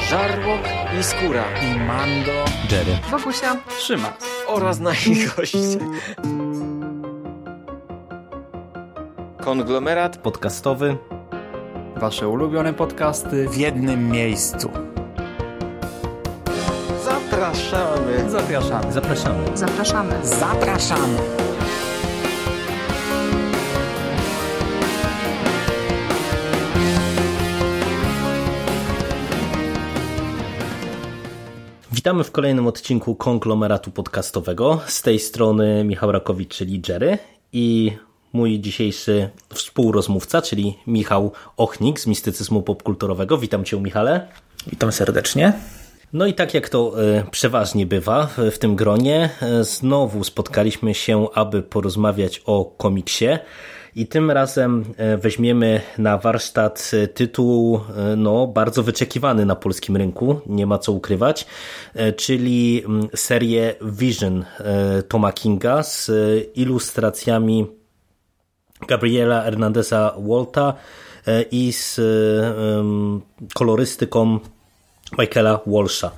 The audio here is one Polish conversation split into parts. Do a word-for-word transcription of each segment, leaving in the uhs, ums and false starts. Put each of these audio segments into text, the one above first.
Żarłok i Skóra i Mando, Jerry, Wokusia, Szymas oraz nasi goście. Konglomerat podcastowy. Wasze ulubione podcasty w jednym miejscu. Zapraszamy. Zapraszamy. Zapraszamy. zapraszamy. Zapraszamy. Witamy w kolejnym odcinku Konglomeratu podcastowego. Z tej strony Michał Rakowicz, czyli Jerry, i mój dzisiejszy współrozmówca, czyli Michał Ochnik z Mistycyzmu Popkulturowego. Witam Cię, Michale. Witam serdecznie. No i tak jak to y, przeważnie bywa w, w tym gronie, y, znowu spotkaliśmy się, aby porozmawiać o komiksie. I tym razem weźmiemy na warsztat tytuł no, bardzo wyczekiwany na polskim rynku, nie ma co ukrywać, czyli serię Vision Toma Kinga z ilustracjami Gabriela Hernandeza Walta i z kolorystyką Michaela Walsha.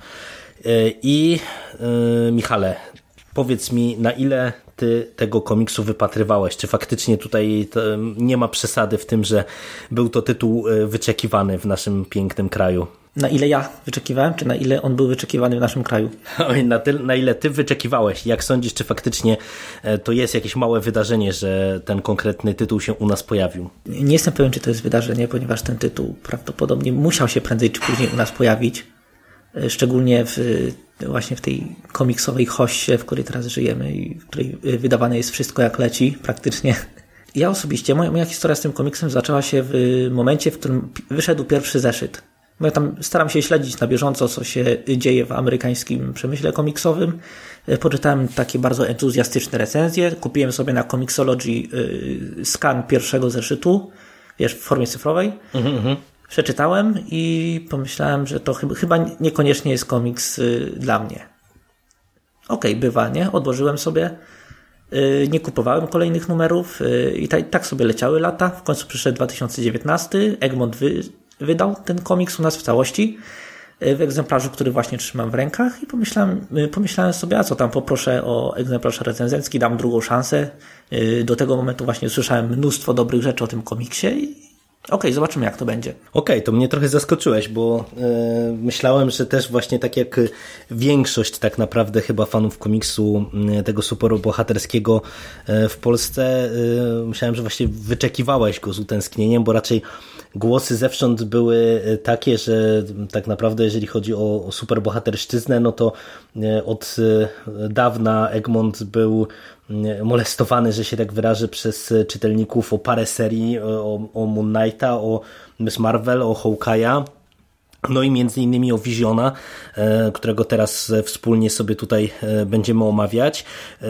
I Michale, powiedz mi, na ile ty tego komiksu wypatrywałeś? Czy faktycznie tutaj nie ma przesady w tym, że był to tytuł wyczekiwany w naszym pięknym kraju? Na ile ja wyczekiwałem, czy na ile on był wyczekiwany w naszym kraju? Oj, na, ty, na ile ty wyczekiwałeś? Jak sądzisz, czy faktycznie to jest jakieś małe wydarzenie, że ten konkretny tytuł się u nas pojawił? Nie jestem pewien, czy to jest wydarzenie, ponieważ ten tytuł prawdopodobnie musiał się prędzej czy później u nas pojawić. Szczególnie w, właśnie w tej komiksowej hoście, w której teraz żyjemy i w której wydawane jest wszystko jak leci praktycznie. Ja osobiście, moja, moja historia z tym komiksem zaczęła się w momencie, w którym wyszedł pierwszy zeszyt. Ja tam staram się śledzić na bieżąco, co się dzieje w amerykańskim przemyśle komiksowym. Poczytałem takie bardzo entuzjastyczne recenzje. Kupiłem sobie na Comixology skan pierwszego zeszytu, wiesz, w formie cyfrowej. Mhm. Przeczytałem i pomyślałem, że to chyba, chyba niekoniecznie jest komiks y, dla mnie. Okej, okay, bywa, nie? Odłożyłem sobie. Y, nie kupowałem kolejnych numerów y, i ta, tak sobie leciały lata. W końcu przyszedł dwa tysiące dziewiętnasty. Egmont wy, wydał ten komiks u nas w całości. Y, w egzemplarzu, który właśnie trzymam w rękach i pomyślałem, y, pomyślałem sobie, a co tam, poproszę o egzemplarz recenzencki, dam drugą szansę. Y, do tego momentu właśnie słyszałem mnóstwo dobrych rzeczy o tym komiksie i Okej, okay, zobaczymy jak to będzie. Okej, okay, to mnie trochę zaskoczyłeś, bo yy, myślałem, że też właśnie tak jak większość tak naprawdę chyba fanów komiksu yy, tego superbohaterskiego yy, w Polsce, yy, myślałem, że właśnie wyczekiwałeś go z utęsknieniem, bo raczej głosy zewsząd były takie, że tak naprawdę jeżeli chodzi o, o superbohaterszczyznę, no to yy, od yy, dawna Egmont był molestowany, że się tak wyrażę, przez czytelników o parę serii, o, o Moon Knighta, o Miss Marvel, o Hawkeye'a, no i między innymi o Visiona, którego teraz wspólnie sobie tutaj będziemy omawiać.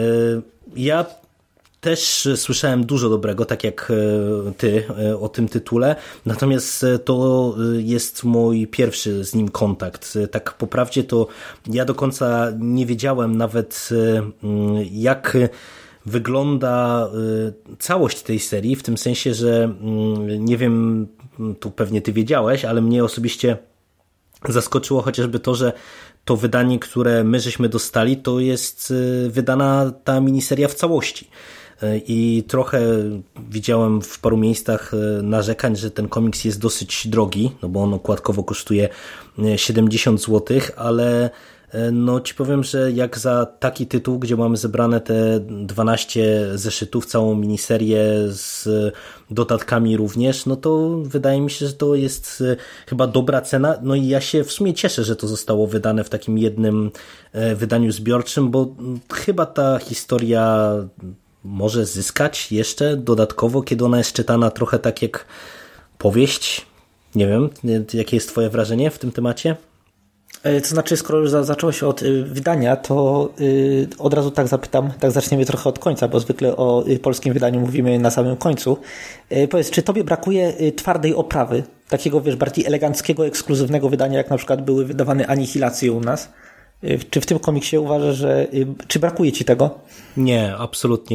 Ja też słyszałem dużo dobrego, tak jak ty, o tym tytule, natomiast to jest mój pierwszy z nim kontakt. Tak po prawdzie to ja do końca nie wiedziałem nawet, jak wygląda całość tej serii, w tym sensie, że nie wiem, tu pewnie ty wiedziałeś, ale mnie osobiście zaskoczyło chociażby to, że to wydanie, które my żeśmy dostali, to jest wydana ta miniseria w całości. I trochę widziałem w paru miejscach narzekań, że ten komiks jest dosyć drogi, no bo on okładkowo kosztuje siedemdziesiąt złotych, ale no ci powiem, że jak za taki tytuł, gdzie mamy zebrane te dwanaście zeszytów, całą miniserię z dodatkami również, no to wydaje mi się, że to jest chyba dobra cena. No i ja się w sumie cieszę, że to zostało wydane w takim jednym wydaniu zbiorczym, bo chyba ta historia może zyskać jeszcze dodatkowo, kiedy ona jest czytana trochę tak jak powieść. Nie wiem, jakie jest twoje wrażenie w tym temacie? To znaczy, skoro już zaczęło się od wydania, to od razu tak zapytam, tak zaczniemy trochę od końca, bo zwykle o polskim wydaniu mówimy na samym końcu. Powiedz, czy tobie brakuje twardej oprawy, takiego, wiesz, bardziej eleganckiego, ekskluzywnego wydania, jak na przykład były wydawane Anihilacje u nas? Czy w tym komiksie uważasz, że... Czy brakuje ci tego? Nie, absolutnie nie.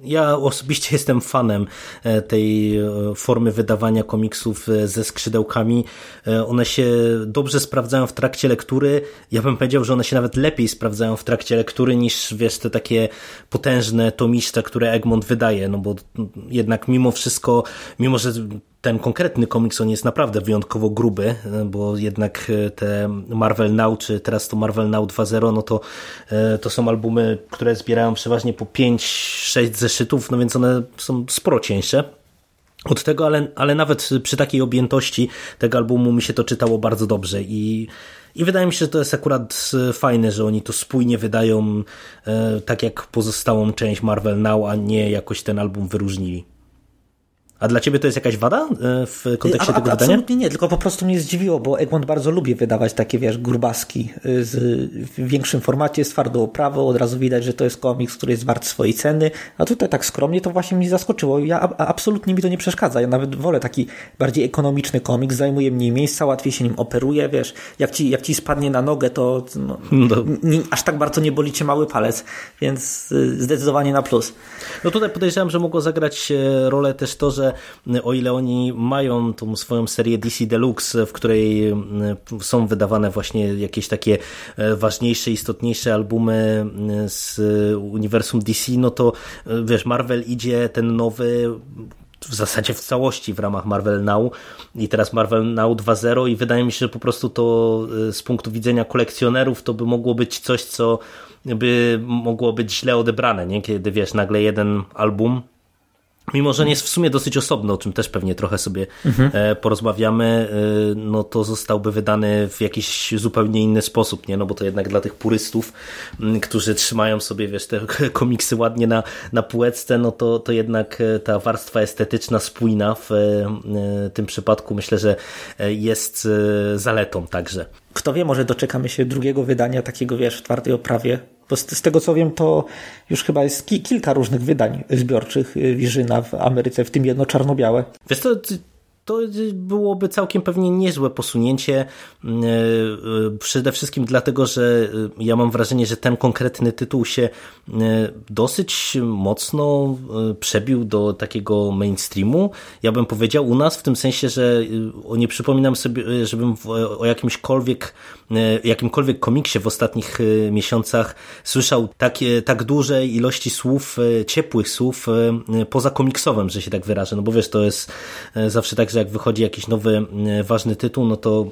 Ja osobiście jestem fanem tej formy wydawania komiksów ze skrzydełkami. One się dobrze sprawdzają w trakcie lektury. Ja bym powiedział, że one się nawet lepiej sprawdzają w trakcie lektury niż, wiesz, te takie potężne tomiszcze, które Egmont wydaje, no bo jednak mimo wszystko, mimo że ten konkretny komiks, on jest naprawdę wyjątkowo gruby, bo jednak te Marvel Now, czy teraz to Marvel Now dwa zero, no to, to są albumy, które zbierają przeważnie po pięć sześć zeszytów, no więc one są sporo cieńsze od tego, ale, ale nawet przy takiej objętości tego albumu mi się to czytało bardzo dobrze i I wydaje mi się, że to jest akurat fajne, że oni to spójnie wydają, e, tak jak pozostałą część Marvel Now, a nie jakoś ten album wyróżnili. A dla ciebie to jest jakaś wada w kontekście a, tego a, wydania? Absolutnie nie, tylko po prostu mnie zdziwiło, bo Egmont bardzo lubi wydawać takie, wiesz, grubaski z, w większym formacie, z twardą oprawą, od razu widać, że to jest komiks, który jest wart swojej ceny, a tutaj tak skromnie to właśnie mnie zaskoczyło. Ja a, absolutnie mi to nie przeszkadza, ja nawet wolę taki bardziej ekonomiczny komiks, zajmuje mniej miejsca, łatwiej się nim operuje, wiesz, jak ci, jak ci spadnie na nogę, to no, no. Nie, aż tak bardzo nie boli cię mały palec, więc zdecydowanie na plus. No tutaj podejrzewam, że mogło zagrać rolę też to, że o ile oni mają tą swoją serię D C Deluxe, w której są wydawane właśnie jakieś takie ważniejsze, istotniejsze albumy z uniwersum D C, no to wiesz, Marvel idzie ten nowy w zasadzie w całości w ramach Marvel Now i teraz Marvel Now dwa zero i wydaje mi się, że po prostu to z punktu widzenia kolekcjonerów to by mogło być coś, co by mogło być źle odebrane, nie? Kiedy wiesz, nagle jeden album, mimo że nie jest w sumie dosyć osobny, o czym też pewnie trochę sobie mhm. porozmawiamy, no to zostałby wydany w jakiś zupełnie inny sposób, nie? No bo to jednak dla tych purystów, którzy trzymają sobie, wiesz, te komiksy ładnie na, na półeczce, no to, to jednak ta warstwa estetyczna, spójna w tym przypadku myślę, że jest zaletą także. Kto wie, może doczekamy się drugiego wydania takiego, wiesz, w twardej oprawie. Bo z, z tego co wiem, to już chyba jest ki- kilka różnych wydań zbiorczych Vizyna w Ameryce, w tym jedno czarno-białe. Wiesz co, to byłoby całkiem pewnie niezłe posunięcie. Przede wszystkim dlatego, że ja mam wrażenie, że ten konkretny tytuł się dosyć mocno przebił do takiego mainstreamu. Ja bym powiedział u nas w tym sensie, że nie przypominam sobie, żebym o jakimśkolwiek jakimkolwiek komiksie w ostatnich miesiącach słyszał takie, tak duże ilości słów, ciepłych słów poza komiksowym, że się tak wyrażę. No bo wiesz, to jest zawsze tak, że jak wychodzi jakiś nowy, ważny tytuł, no to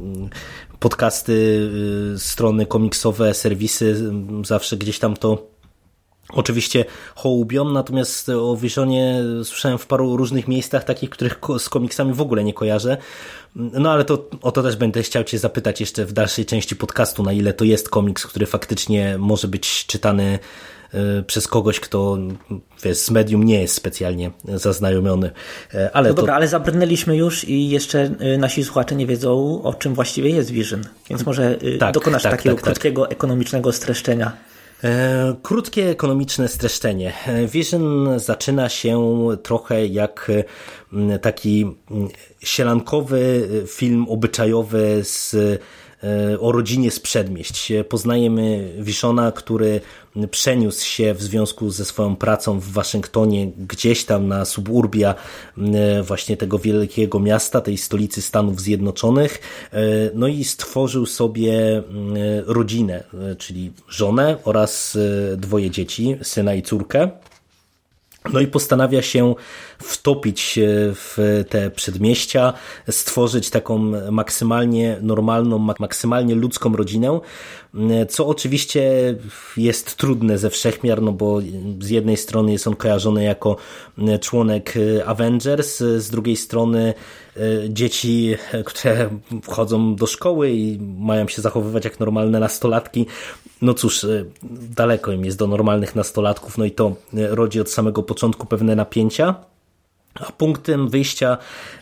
podcasty, strony komiksowe, serwisy zawsze gdzieś tam to oczywiście hołubią, natomiast o Visionie słyszałem w paru różnych miejscach, takich, których z komiksami w ogóle nie kojarzę. No ale to o to też będę chciał cię zapytać jeszcze w dalszej części podcastu, na ile to jest komiks, który faktycznie może być czytany przez kogoś, kto, wiesz, z medium nie jest specjalnie zaznajomiony. Ale no dobra, to... ale zabrnęliśmy już i jeszcze nasi słuchacze nie wiedzą, o czym właściwie jest Vision. Więc może tak, dokonasz tak, takiego tak, krótkiego tak. ekonomicznego streszczenia. E, krótkie ekonomiczne streszczenie. Vision zaczyna się trochę jak taki sielankowy film obyczajowy z o rodzinie z przedmieść. Poznajemy Visiona, który przeniósł się w związku ze swoją pracą w Waszyngtonie gdzieś tam na suburbia właśnie tego wielkiego miasta, tej stolicy Stanów Zjednoczonych, no i stworzył sobie rodzinę, czyli żonę oraz dwoje dzieci, syna i córkę. No i postanawia się wtopić w te przedmieścia, stworzyć taką maksymalnie normalną, maksymalnie ludzką rodzinę, co oczywiście jest trudne ze wszechmiar, no bo z jednej strony jest on kojarzony jako członek Avengers, z drugiej strony dzieci, które wchodzą do szkoły i mają się zachowywać jak normalne nastolatki, no cóż, daleko im jest do normalnych nastolatków, no i to rodzi od samego początku pewne napięcia. A punktem wyjścia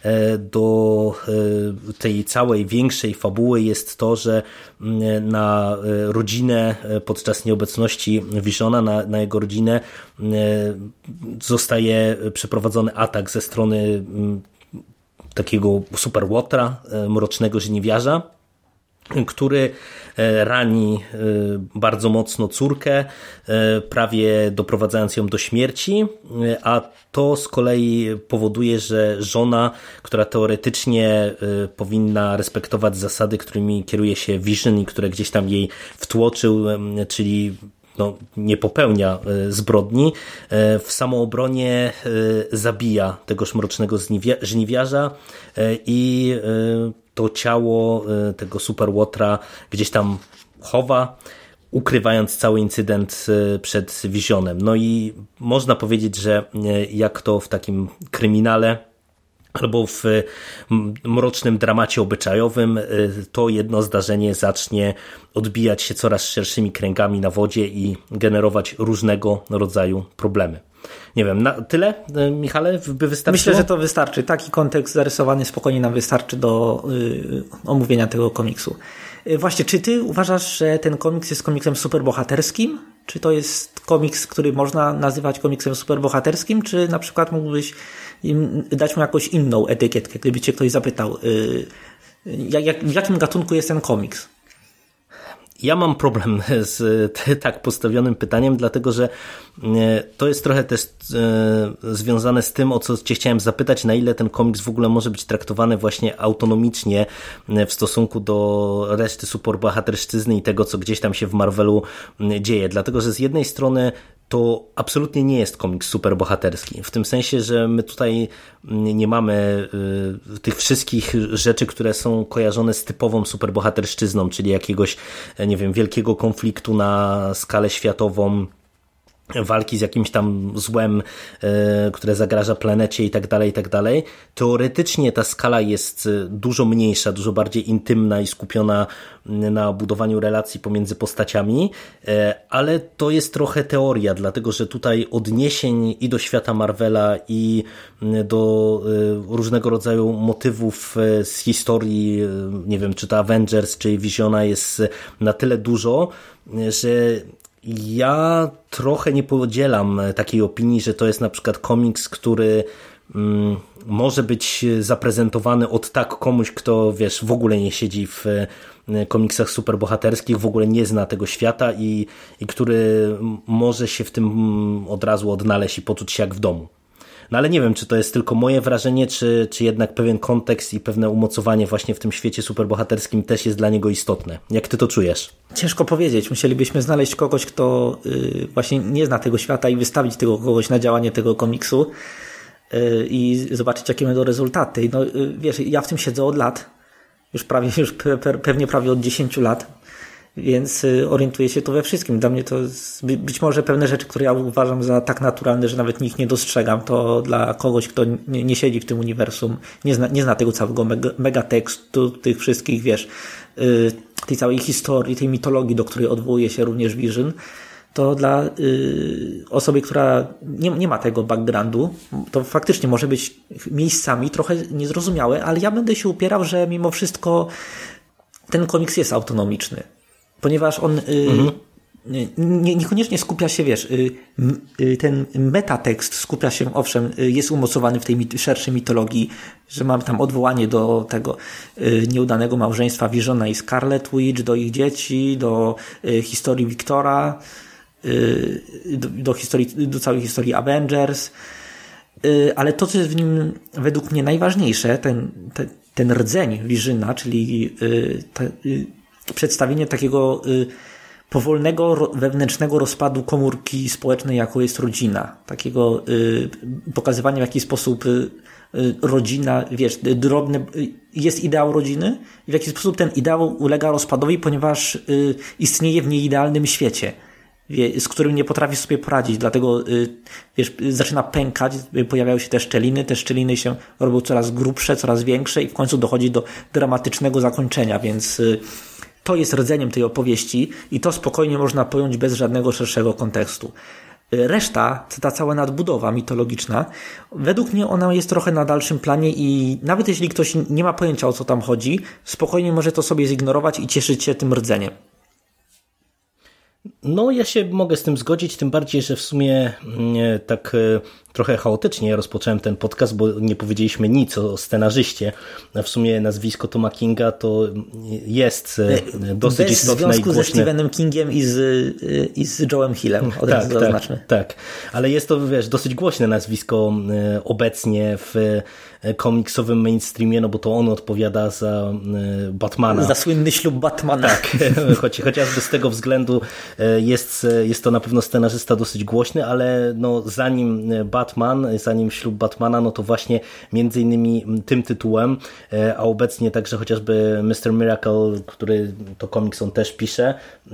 do tej całej większej fabuły jest to, że na rodzinę podczas nieobecności Visiona, na, na jego rodzinę zostaje przeprowadzony atak ze strony takiego super łotra, mrocznego żniwiarza. który rani bardzo mocno córkę, prawie doprowadzając ją do śmierci, a to z kolei powoduje, że żona, która teoretycznie powinna respektować zasady, którymi kieruje się Vision i które gdzieś tam jej wtłoczył, czyli no, nie popełnia zbrodni, w samoobronie zabija tegoż mrocznego żniwiarza i to ciało tego Super Łotra gdzieś tam chowa, ukrywając cały incydent przed Visionem. No i można powiedzieć, że jak to w takim kryminale albo w mrocznym dramacie obyczajowym, to jedno zdarzenie zacznie odbijać się coraz szerszymi kręgami na wodzie i generować różnego rodzaju problemy. Nie wiem, na tyle, Michale, by wystarczyło? Myślę, że to wystarczy. Taki kontekst zarysowany spokojnie nam wystarczy do y, omówienia tego komiksu. Y, właśnie, czy ty uważasz, że ten komiks jest komiksem superbohaterskim? Czy to jest komiks, który można nazywać komiksem superbohaterskim? Czy na przykład mógłbyś im dać mu jakąś inną etykietkę, gdyby cię ktoś zapytał, y, jak, jak, w jakim gatunku jest ten komiks? Ja mam problem z tak postawionym pytaniem, dlatego że to jest trochę też związane z tym, o co cię chciałem zapytać, na ile ten komiks w ogóle może być traktowany właśnie autonomicznie w stosunku do reszty superbohaterszczyzny i tego, co gdzieś tam się w Marvelu dzieje. Dlatego że z jednej strony to absolutnie nie jest komiks superbohaterski. W tym sensie, że my tutaj nie mamy y, tych wszystkich rzeczy, które są kojarzone z typową superbohaterszczyzną, czyli jakiegoś, nie wiem, wielkiego konfliktu na skalę światową, walki z jakimś tam złem, y, które zagraża planecie i tak dalej, i tak dalej. Teoretycznie ta skala jest dużo mniejsza, dużo bardziej intymna i skupiona na budowaniu relacji pomiędzy postaciami, y, ale to jest trochę teoria, dlatego że tutaj odniesień i do świata Marvela i do y, różnego rodzaju motywów z historii, y, nie wiem, czy to Avengers, czy Visiona jest na tyle dużo, że ja trochę nie podzielam takiej opinii, że to jest na przykład komiks, który mm, może być zaprezentowany od tak komuś, kto, wiesz, w ogóle nie siedzi w komiksach superbohaterskich, w ogóle nie zna tego świata i, i który może się w tym od razu odnaleźć i poczuć się jak w domu. No ale nie wiem, czy to jest tylko moje wrażenie, czy, czy jednak pewien kontekst i pewne umocowanie właśnie w tym świecie superbohaterskim też jest dla niego istotne. Jak ty to czujesz? Ciężko powiedzieć. Musielibyśmy znaleźć kogoś, kto yy, właśnie nie zna tego świata i wystawić tego kogoś na działanie tego komiksu yy, i zobaczyć, jakie będą rezultaty. No yy, wiesz, ja w tym siedzę od lat. Już prawie, już pe, pe, pewnie prawie od dziesięciu lat. Więc orientuję się to we wszystkim. Dla mnie to jest, być może pewne rzeczy, które ja uważam za tak naturalne, że nawet ich nie dostrzegam, to dla kogoś, kto nie, nie siedzi w tym uniwersum, nie zna, nie zna tego całego mega, megatekstu, tych wszystkich, wiesz, yy, tej całej historii, tej mitologii, do której odwołuje się również Vision, to dla yy, osoby, która nie, nie ma tego backgroundu, to faktycznie może być miejscami trochę niezrozumiałe, ale ja będę się upierał, że mimo wszystko ten komiks jest autonomiczny. Ponieważ on y, mhm. nie, niekoniecznie skupia się, wiesz, y, y, ten metatekst skupia się, owszem, y, jest umocowany w tej mit- szerszej mitologii, że mamy tam odwołanie do tego y, nieudanego małżeństwa Visiona i Scarlet Witch, do ich dzieci, do y, historii Wiktora, y, do, do, historii, do całej historii Avengers, y, ale to, co jest w nim według mnie najważniejsze, ten, ten, ten rdzeń Visiona, czyli y, ta, y, przedstawienie takiego y, powolnego, ro, wewnętrznego rozpadu komórki społecznej, jaką jest rodzina. Takiego y, pokazywania, w jaki sposób y, y, rodzina, wiesz, drobny, y, jest ideał rodziny i w jaki sposób ten ideał ulega rozpadowi, ponieważ y, istnieje w nieidealnym świecie, wie, z którym nie potrafi sobie poradzić. Dlatego y, wiesz, zaczyna pękać, pojawiają się te szczeliny, te szczeliny się robią coraz grubsze, coraz większe i w końcu dochodzi do dramatycznego zakończenia, więc y, to jest rdzeniem tej opowieści i to spokojnie można pojąć bez żadnego szerszego kontekstu. Reszta, ta cała nadbudowa mitologiczna, według mnie ona jest trochę na dalszym planie i nawet jeśli ktoś nie ma pojęcia, o co tam chodzi, spokojnie może to sobie zignorować i cieszyć się tym rdzeniem. No ja się mogę z tym zgodzić, tym bardziej, że w sumie tak trochę chaotycznie rozpocząłem ten podcast, bo nie powiedzieliśmy nic o scenarzyście. W sumie nazwisko Toma Kinga to jest dosyć Bez istotne i związku głośne. ze Stephenem Kingiem i z, i z Joe'em Hillem, od razu tak, zaznaczmy. tak, tak, ale jest to, wiesz, dosyć głośne nazwisko obecnie w komiksowym mainstreamie, no bo to on odpowiada za Batmana. Za słynny ślub Batmana. Tak, choć, chociażby z tego względu jest, jest to na pewno scenarzysta dosyć głośny, ale no zanim Batman, zanim ślub Batmana, no to właśnie między innymi tym tytułem, a obecnie także chociażby mister Miracle, który to komiks on też pisze,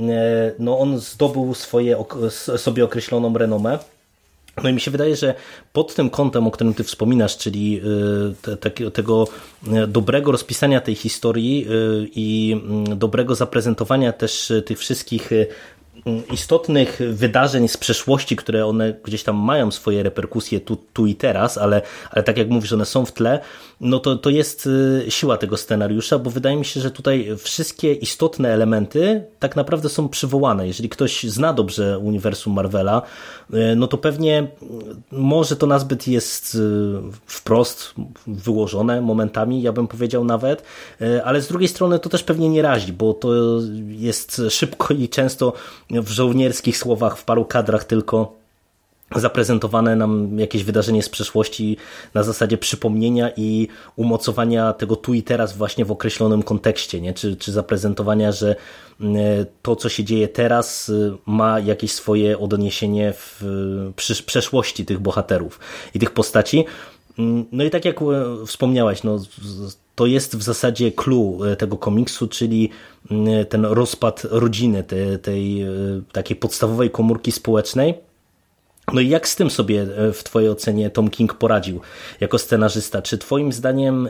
no on zdobył swoje, sobie określoną renomę. No i mi się wydaje, że pod tym kątem, o którym ty wspominasz, czyli te, te, tego dobrego rozpisania tej historii i dobrego zaprezentowania też tych wszystkich istotnych wydarzeń z przeszłości, które one gdzieś tam mają swoje reperkusje tu, tu i teraz, ale, ale tak jak mówisz, one są w tle, no to, to jest siła tego scenariusza, bo wydaje mi się, że tutaj wszystkie istotne elementy tak naprawdę są przywołane. Jeżeli ktoś zna dobrze uniwersum Marvela, no to pewnie może to nazbyt jest wprost wyłożone momentami, ja bym powiedział nawet, ale z drugiej strony to też pewnie nie razi, bo to jest szybko i często w żołnierskich słowach, w paru kadrach tylko zaprezentowane nam jakieś wydarzenie z przeszłości na zasadzie przypomnienia i umocowania tego tu i teraz właśnie w określonym kontekście, nie? Czy, czy zaprezentowania, że to, co się dzieje teraz, ma jakieś swoje odniesienie w przeszłości tych bohaterów i tych postaci. No i tak jak wspomniałaś, no, to jest w zasadzie clue tego komiksu, czyli ten rozpad rodziny, tej, tej takiej podstawowej komórki społecznej. No i jak z tym sobie w twojej ocenie Tom King poradził jako scenarzysta? Czy twoim zdaniem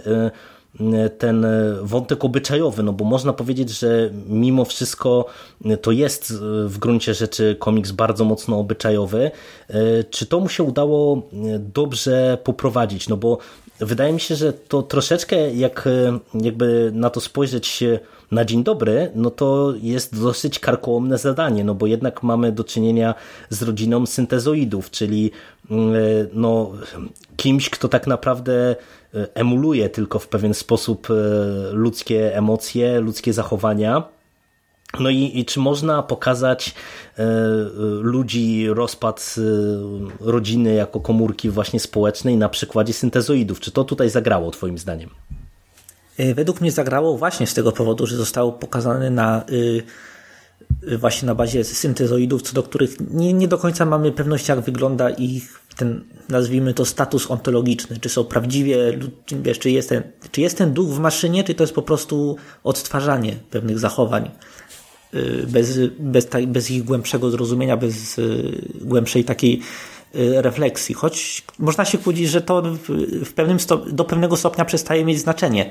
ten wątek obyczajowy, no bo można powiedzieć, że mimo wszystko to jest w gruncie rzeczy komiks bardzo mocno obyczajowy, czy to mu się udało dobrze poprowadzić? No bo wydaje mi się, że to troszeczkę jak jakby na to spojrzeć na dzień dobry, no to jest dosyć karkołomne zadanie, no bo jednak mamy do czynienia z rodziną syntezoidów, czyli no, kimś, kto tak naprawdę emuluje tylko w pewien sposób ludzkie emocje, ludzkie zachowania. No i, i czy można pokazać e, ludzi, rozpad e, rodziny jako komórki właśnie społecznej na przykładzie syntezoidów? Czy to tutaj zagrało twoim zdaniem? Według mnie zagrało właśnie z tego powodu, że zostało pokazane na y, właśnie na bazie syntezoidów, co do których nie, nie do końca mamy pewność, jak wygląda ich ten, nazwijmy to, status ontologiczny. Czy są prawdziwie, wiesz, czy jest ten, czy jest ten duch w maszynie, czy to jest po prostu odtwarzanie pewnych zachowań y, bez, bez, bez ich głębszego zrozumienia, bez y, głębszej takiej refleksji, choć można się kłócić, że to w pewnym stop- do pewnego stopnia przestaje mieć znaczenie.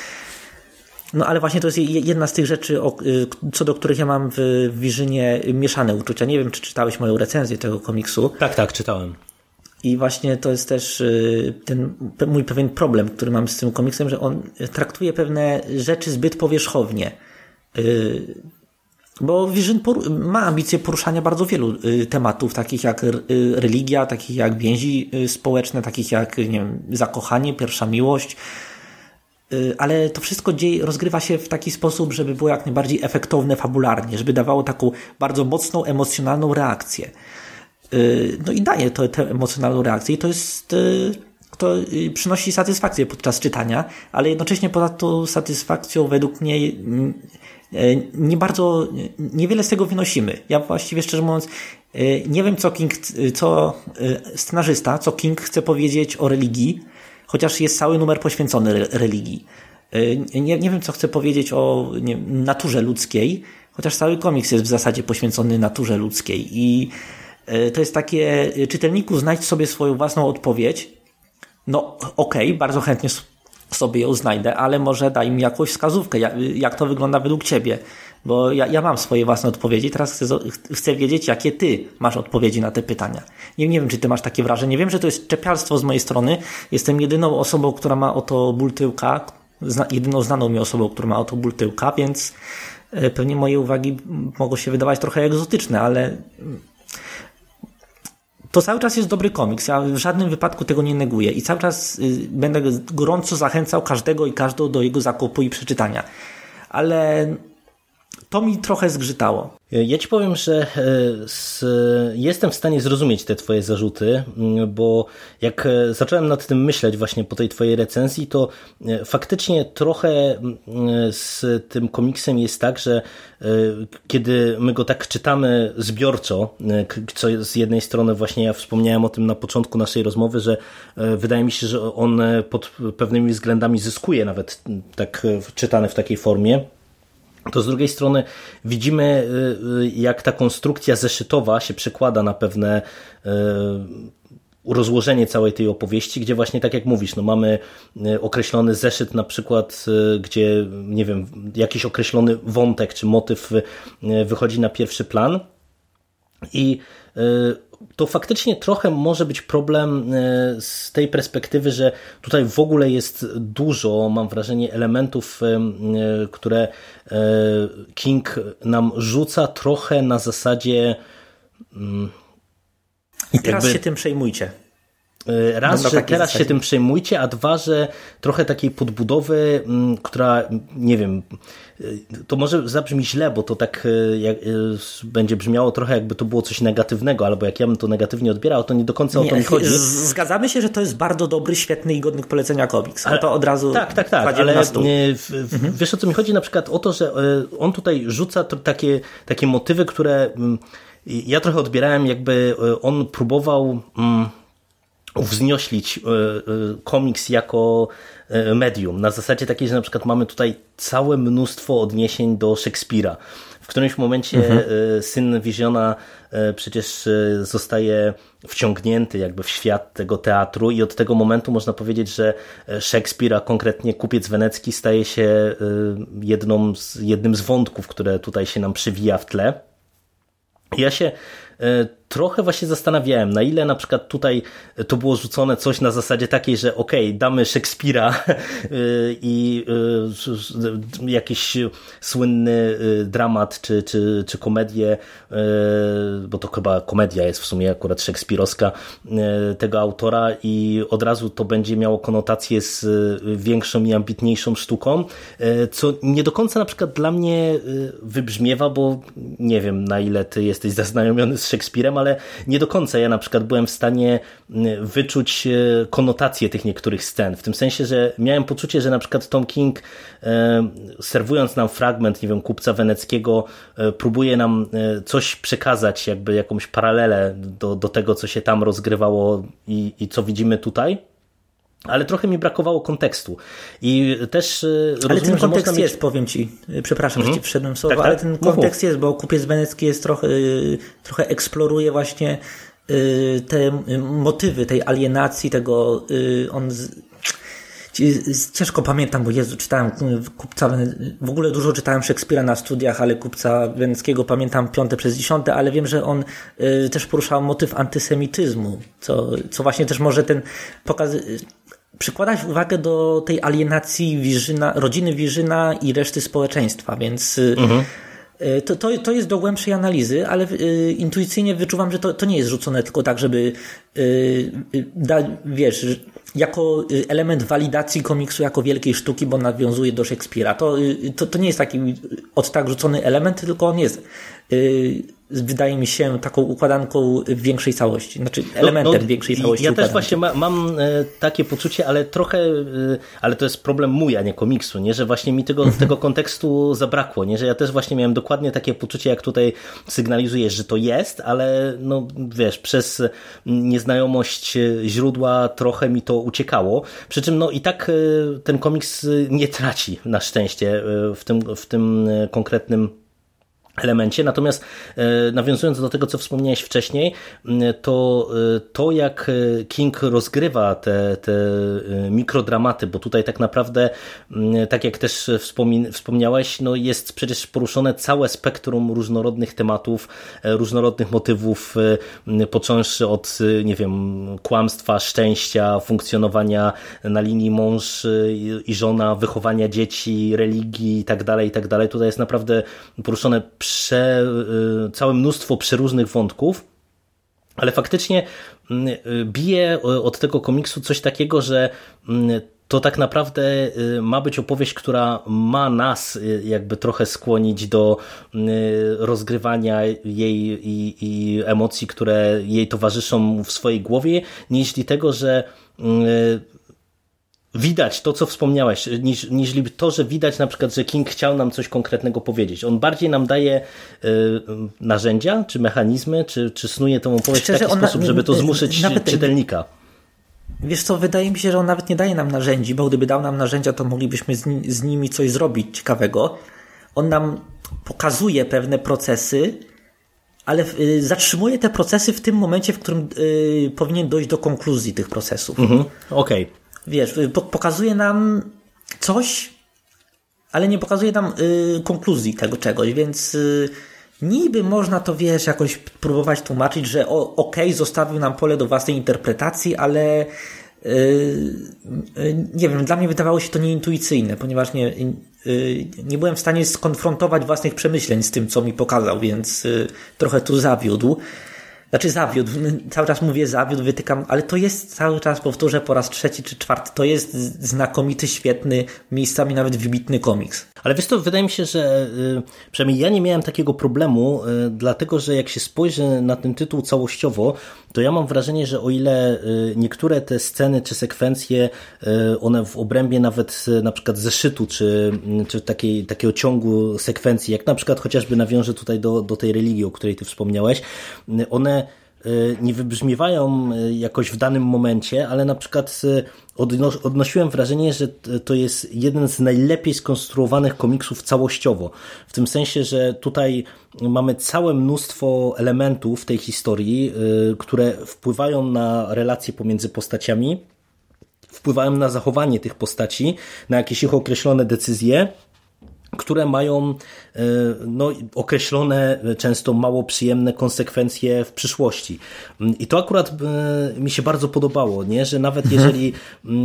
No ale właśnie to jest jedna z tych rzeczy, co do których ja mam w Wirzynie mieszane uczucia. Nie wiem, czy czytałeś moją recenzję tego komiksu. Tak, tak, czytałem. I właśnie to jest też ten mój pewien problem, który mam z tym komiksem, że on traktuje pewne rzeczy zbyt powierzchownie. Bo Vision ma ambicje poruszania bardzo wielu y, tematów, takich jak y, religia, takich jak więzi y, społeczne, takich jak, nie wiem, zakochanie, pierwsza miłość, y, ale to wszystko dzieje, rozgrywa się w taki sposób, żeby było jak najbardziej efektowne fabularnie, żeby dawało taką bardzo mocną, emocjonalną reakcję. Y, no i daje to, tę emocjonalną reakcję i to jest... Y, to y, przynosi satysfakcję podczas czytania, ale jednocześnie poza tą satysfakcją według mnie y, nie bardzo, niewiele z tego wynosimy. Ja właściwie szczerze mówiąc nie wiem, co King, co scenarzysta, co King chce powiedzieć o religii, chociaż jest cały numer poświęcony religii. Nie, nie wiem, co chce powiedzieć o nie, naturze ludzkiej, chociaż cały komiks jest w zasadzie poświęcony naturze ludzkiej i to jest takie, czytelniku, znajdź sobie swoją własną odpowiedź. No okej, okay, bardzo chętnie sobie ją znajdę, ale może daj mi jakąś wskazówkę, jak, jak to wygląda według ciebie, bo ja, ja mam swoje własne odpowiedzi, teraz chcę, chcę wiedzieć, jakie ty masz odpowiedzi na te pytania. Nie, nie wiem, czy ty masz takie wrażenie, wiem, że to jest czepialstwo z mojej strony, jestem jedyną osobą, która ma oto ból tyłka, zna, jedyną znaną mi osobą, która ma oto ból tyłka, więc pewnie moje uwagi mogą się wydawać trochę egzotyczne, ale to cały czas jest dobry komiks. Ja w żadnym wypadku tego nie neguję i cały czas będę gorąco zachęcał każdego i każdą do jego zakupu i przeczytania. Ale to mi trochę zgrzytało. Ja ci powiem, że z, jestem w stanie zrozumieć te twoje zarzuty, bo jak zacząłem nad tym myśleć właśnie po tej twojej recenzji, to faktycznie trochę z tym komiksem jest tak, że kiedy my go tak czytamy zbiorczo, co z jednej strony właśnie ja wspomniałem o tym na początku naszej rozmowy, że wydaje mi się, że on pod pewnymi względami zyskuje nawet tak czytany w takiej formie, to z drugiej strony widzimy, jak ta konstrukcja zeszytowa się przekłada na pewne rozłożenie całej tej opowieści, gdzie właśnie tak jak mówisz, no mamy określony zeszyt na przykład, gdzie nie wiem, jakiś określony wątek czy motyw wychodzi na pierwszy plan i to faktycznie trochę może być problem z tej perspektywy, że tutaj w ogóle jest dużo, mam wrażenie, elementów, które King nam rzuca trochę na zasadzie i teraz jakby... się tym przejmujcie. Raz, że teraz zasadzie. się tym przejmujcie, a dwa, że trochę takiej podbudowy, która, nie wiem, to może zabrzmi źle, bo to tak jak, będzie brzmiało trochę jakby to było coś negatywnego, albo jak ja bym to negatywnie odbierał, to nie do końca nie, o to mi chodzi. Zgadzamy się, że to jest bardzo dobry, świetny i godny polecenia komiks. Ale, to od razu tak, tak, tak, ale na stół. W, w, mhm. Wiesz o co mi chodzi? Na przykład o to, że on tutaj rzuca to takie, takie motywy, które ja trochę odbierałem, jakby on próbował wznioślić komiks jako medium. Na zasadzie takiej, że na przykład mamy tutaj całe mnóstwo odniesień do Szekspira. W którymś momencie mhm. syn Visiona przecież zostaje wciągnięty jakby w świat tego teatru i od tego momentu można powiedzieć, że Szekspir, a konkretnie Kupiec Wenecki staje się jedną z, jednym z wątków, które tutaj się nam przywija w tle. Ja się trochę właśnie zastanawiałem, na ile na przykład tutaj to było rzucone coś na zasadzie takiej, że okej, okay, damy Szekspira i jakiś słynny dramat czy, czy, czy komedię, bo to chyba komedia jest w sumie akurat szekspirowska tego autora i od razu to będzie miało konotację z większą i ambitniejszą sztuką, co nie do końca na przykład dla mnie wybrzmiewa, bo nie wiem, na ile ty jesteś zaznajomiony z Szekspirem, ale nie do końca ja na przykład byłem w stanie wyczuć konotację tych niektórych scen, w tym sensie, że miałem poczucie, że na przykład Tom King serwując nam fragment, nie wiem, Kupca Weneckiego, próbuje nam coś przekazać, jakby jakąś paralelę do, do tego, co się tam rozgrywało i, i co widzimy tutaj. Ale trochę mi brakowało kontekstu. I też ale rozumiem, ten kontekst mieć... jest, powiem ci, przepraszam, mm-hmm. że ci wszedłem w słowo, tak, ale tak? ten kontekst jest, bo Kupiec Wenecki jest trochę, trochę eksploruje właśnie te motywy tej alienacji, tego on... Ciężko pamiętam, bo Jezu, czytałem Kupca, w ogóle dużo czytałem Szekspira na studiach, ale Kupca Weneckiego pamiętam piąte przez dziesiąte, ale wiem, że on y, też poruszał motyw antysemityzmu, co, co właśnie też może ten pokaz... przykładać uwagę do tej alienacji Wirzyna, rodziny Wirzyna i reszty społeczeństwa, więc mhm. to, to, to jest do głębszej analizy, ale y, intuicyjnie wyczuwam, że to, to nie jest rzucone tylko tak, żeby y, da, wiesz, jako element walidacji komiksu jako wielkiej sztuki, bo nawiązuje do Szekspira. To, to, to nie jest taki od tak rzucony element, tylko on jest, yy, wydaje mi się, taką układanką większej całości. Znaczy elementem no, no, większej całości. Ja układanki. też właśnie ma, mam e, takie poczucie, ale trochę, e, ale to jest problem mój, a nie komiksu, nie? Że właśnie mi tego, tego kontekstu zabrakło, nie? Że ja też właśnie miałem dokładnie takie poczucie, jak tutaj sygnalizujesz, że to jest, ale no wiesz, przez nieznajomość źródła trochę mi to uciekało. Przy czym no i tak e, ten komiks nie traci na szczęście e, w tym, w tym konkretnym elemencie. Natomiast e, nawiązując do tego, co wspomniałeś wcześniej, to e, to, jak King rozgrywa te, te mikrodramaty, bo tutaj tak naprawdę, m, tak jak też wspomin- wspomniałeś, no jest przecież poruszone całe spektrum różnorodnych tematów, e, różnorodnych motywów, e, począwszy od, nie wiem, kłamstwa, szczęścia, funkcjonowania na linii mąż i żona, wychowania dzieci, religii i tak dalej, i tak dalej. Tutaj jest naprawdę poruszone Prze, całe mnóstwo przeróżnych wątków, ale faktycznie bije od tego komiksu coś takiego, że to tak naprawdę ma być opowieść, która ma nas jakby trochę skłonić do rozgrywania jej i, i emocji, które jej towarzyszą w swojej głowie, niż tego, że widać to, co wspomniałeś, niż, niż to, że widać na przykład, że King chciał nam coś konkretnego powiedzieć. On bardziej nam daje y, narzędzia, czy mechanizmy, czy, czy snuje tę opowieść Szczerze, w taki sposób, na, żeby to zmuszyć nawet, czytelnika. Wiesz co, wydaje mi się, że on nawet nie daje nam narzędzi, bo gdyby dał nam narzędzia, to moglibyśmy z, ni- z nimi coś zrobić ciekawego. On nam pokazuje pewne procesy, ale y, zatrzymuje te procesy w tym momencie, w którym y, powinien dojść do konkluzji tych procesów. Mhm. Okej. Okay. Wiesz, pokazuje nam coś, ale nie pokazuje nam y, konkluzji tego czegoś, więc y, niby można to, wiesz, jakoś próbować tłumaczyć, że okej, okay, zostawił nam pole do własnej interpretacji, ale y, y, nie wiem, dla mnie wydawało się to nieintuicyjne, ponieważ nie, y, nie byłem w stanie skonfrontować własnych przemyśleń z tym, co mi pokazał, więc y, trochę tu zawiódł. Znaczy zawiódł, cały czas mówię zawiódł, wytykam, ale to jest cały czas, powtórzę po raz trzeci czy czwarty, to jest znakomity, świetny, miejscami nawet wybitny komiks. Ale wiesz co, wydaje mi się, że y, przynajmniej ja nie miałem takiego problemu, y, dlatego że jak się spojrzy na ten tytuł całościowo, to ja mam wrażenie, że o ile y, niektóre te sceny czy sekwencje, y, one w obrębie nawet y, na przykład zeszytu, czy, czy takiej, takiego ciągu sekwencji, jak na przykład chociażby nawiążę tutaj do, do tej religii, o której ty wspomniałeś, y, one nie wybrzmiewają jakoś w danym momencie, ale na przykład odno- odnosiłem wrażenie, że to jest jeden z najlepiej skonstruowanych komiksów całościowo. W tym sensie, że tutaj mamy całe mnóstwo elementów tej historii, które wpływają na relacje pomiędzy postaciami, wpływają na zachowanie tych postaci, na jakieś ich określone decyzje, które mają no, określone, często mało przyjemne konsekwencje w przyszłości. I to akurat mi się bardzo podobało, nie? Że nawet jeżeli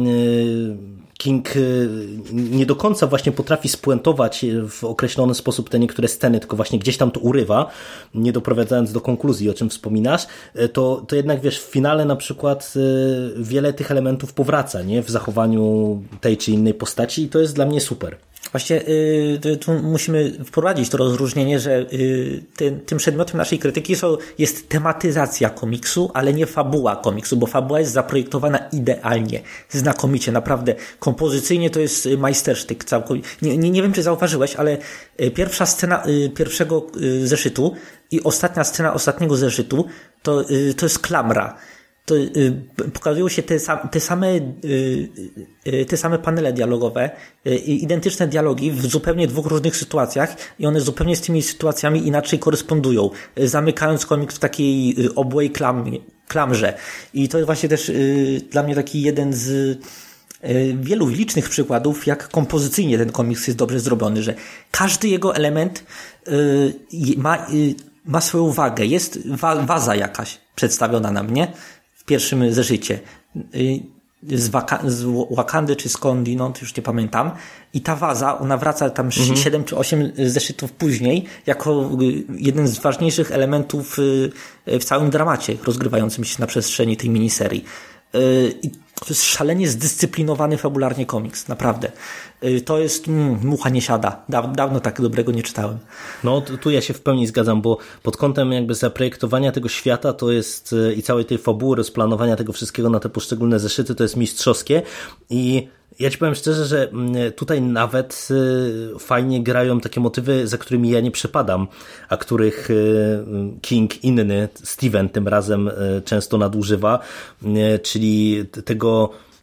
King nie do końca właśnie potrafi spuentować w określony sposób te niektóre sceny, tylko właśnie gdzieś tam to urywa, nie doprowadzając do konkluzji, o czym wspominasz, to, to jednak wiesz, w finale na przykład wiele tych elementów powraca, nie? W zachowaniu tej czy innej postaci i to jest dla mnie super. Właśnie yy, tu musimy wprowadzić to rozróżnienie, że yy, tym, tym przedmiotem naszej krytyki są, jest tematyzacja komiksu, ale nie fabuła komiksu, bo fabuła jest zaprojektowana idealnie, znakomicie, naprawdę kompozycyjnie to jest majstersztyk całkowicie. Nie, nie, nie wiem, czy zauważyłeś, ale pierwsza scena yy, pierwszego yy, zeszytu i ostatnia scena ostatniego zeszytu to, yy, to jest klamra. To y, pokazują się te, sam, te same y, y, te same panele dialogowe, y, identyczne dialogi w zupełnie dwóch różnych sytuacjach i one zupełnie z tymi sytuacjami inaczej korespondują, y, zamykając komiks w takiej y, obłej klamie, klamrze. I to jest właśnie też y, dla mnie taki jeden z y, wielu licznych przykładów, jak kompozycyjnie ten komiks jest dobrze zrobiony, że każdy jego element y, ma, y, ma swoją wagę. Jest wa, waza jakaś przedstawiona nam, nie? W pierwszym zeszycie. Z, Waka- z Wakandy czy skądinąd, już nie pamiętam. I ta waza, ona wraca tam mhm. siedem czy osiem zeszytów później, jako jeden z ważniejszych elementów w całym dramacie rozgrywającym się na przestrzeni tej miniserii. I to jest szalenie zdyscyplinowany fabularnie komiks, naprawdę. To jest, mm, mucha nie siada. Daw, dawno tak dobrego nie czytałem. No, tu ja się w pełni zgadzam, bo pod kątem jakby zaprojektowania tego świata to jest i całej tej fabuły, rozplanowania tego wszystkiego na te poszczególne zeszyty, to jest mistrzowskie i ja ci powiem szczerze, że tutaj nawet fajnie grają takie motywy, za którymi ja nie przepadam, a których King inny, Steven tym razem często nadużywa, czyli tego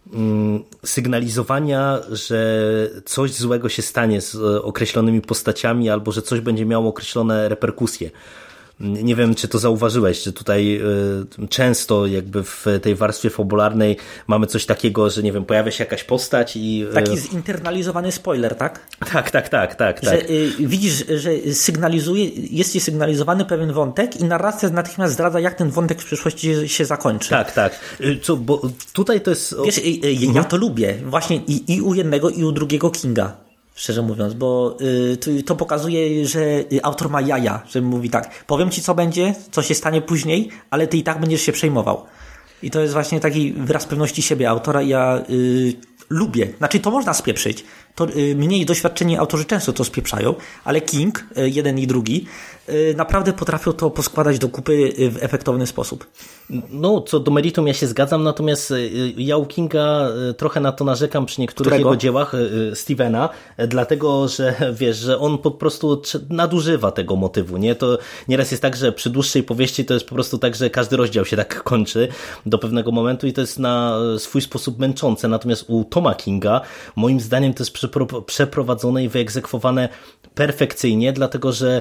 sygnalizowania, że coś złego się stanie z określonymi postaciami albo że coś będzie miało określone reperkusje. Nie wiem, czy to zauważyłeś, że tutaj y, często jakby w tej warstwie fabularnej mamy coś takiego, że nie wiem, pojawia się jakaś postać i... Y... Taki zinternalizowany spoiler, tak? Tak, tak, tak, tak. Że tak. y, widzisz, że sygnalizuje, jest ci sygnalizowany pewien wątek i narracja natychmiast zdradza, jak ten wątek w przyszłości się, się zakończy. Tak, tak. Co, bo tutaj to jest... Wiesz, y, y, mhm. ja to lubię. Właśnie i, i u jednego, i u drugiego Kinga. Szczerze mówiąc, bo y, to, to pokazuje, że autor ma jaja, że mówi tak, powiem ci co będzie, co się stanie później, ale ty i tak będziesz się przejmował. I to jest właśnie taki wyraz pewności siebie autora i ja y, lubię. Znaczy to można spieprzyć. To y, mniej doświadczeni autorzy często to spieprzają, ale King, y, jeden i drugi, y, naprawdę potrafią to poskładać do kupy w efektowny sposób. No, co do meritum ja się zgadzam, natomiast ja u Kinga trochę na to narzekam przy niektórych Którego? jego dziełach, Stevena, dlatego, że wiesz, że on po prostu nadużywa tego motywu, nie? To nieraz jest tak, że przy dłuższej powieści to jest po prostu tak, że każdy rozdział się tak kończy do pewnego momentu i to jest na swój sposób męczące, natomiast u Toma Kinga moim zdaniem to jest przeprowadzone i wyegzekwowane perfekcyjnie, dlatego, że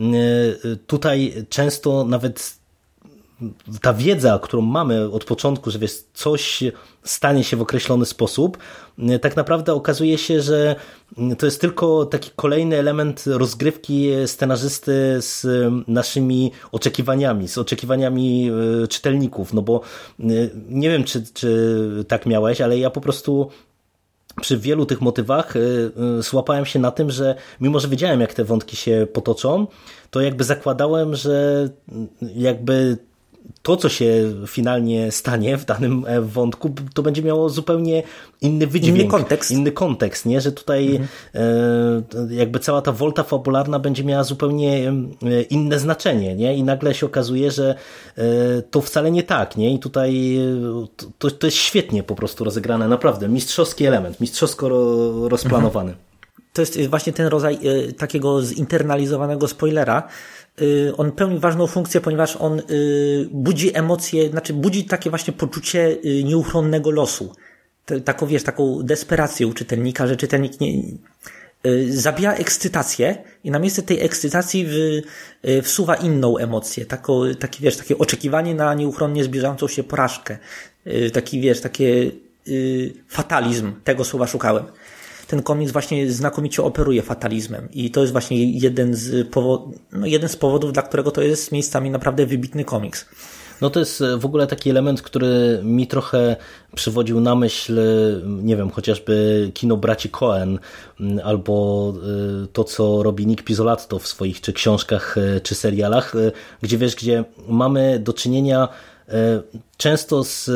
tutaj często nawet ta wiedza, którą mamy od początku, że wiesz, coś stanie się w określony sposób, tak naprawdę okazuje się, że to jest tylko taki kolejny element rozgrywki scenarzysty z naszymi oczekiwaniami, z oczekiwaniami czytelników, no bo nie wiem, czy, czy tak miałeś, ale ja po prostu przy wielu tych motywach złapałem się na tym, że mimo, że wiedziałem, jak te wątki się potoczą, to jakby zakładałem, że jakby to, co się finalnie stanie w danym wątku, to będzie miało zupełnie inny wydźwięk. Inny kontekst. Inny kontekst, nie? Że tutaj mhm. e, jakby cała ta wolta fabularna będzie miała zupełnie inne znaczenie, nie? I nagle się okazuje, że e, to wcale nie tak, nie? I tutaj to, to jest świetnie po prostu rozegrane, naprawdę. Mistrzowski element, mistrzowsko ro, rozplanowany. Mhm. To jest właśnie ten rodzaj y, takiego zinternalizowanego spoilera. Y, on pełni ważną funkcję, ponieważ on y, budzi emocje, znaczy budzi takie właśnie poczucie y, nieuchronnego losu. T- taką, wiesz, taką desperację u czytelnika, że czytelnik nie, y, zabija ekscytację i na miejsce tej ekscytacji w, y, wsuwa inną emocję. Taką, taki, wiesz, takie oczekiwanie na nieuchronnie zbliżającą się porażkę. Y, taki, wiesz, takie y, fatalizm. Tego słowa szukałem. Ten komiks właśnie znakomicie operuje fatalizmem i to jest właśnie jeden z, powo- no jeden z powodów, dla którego to jest miejscami naprawdę wybitny komiks. No to jest w ogóle taki element, który mi trochę przywodził na myśl, nie wiem, chociażby kino braci Coen albo to, co robi Nick Pizzolatto w swoich czy książkach, czy serialach, gdzie wiesz, gdzie mamy do czynienia często z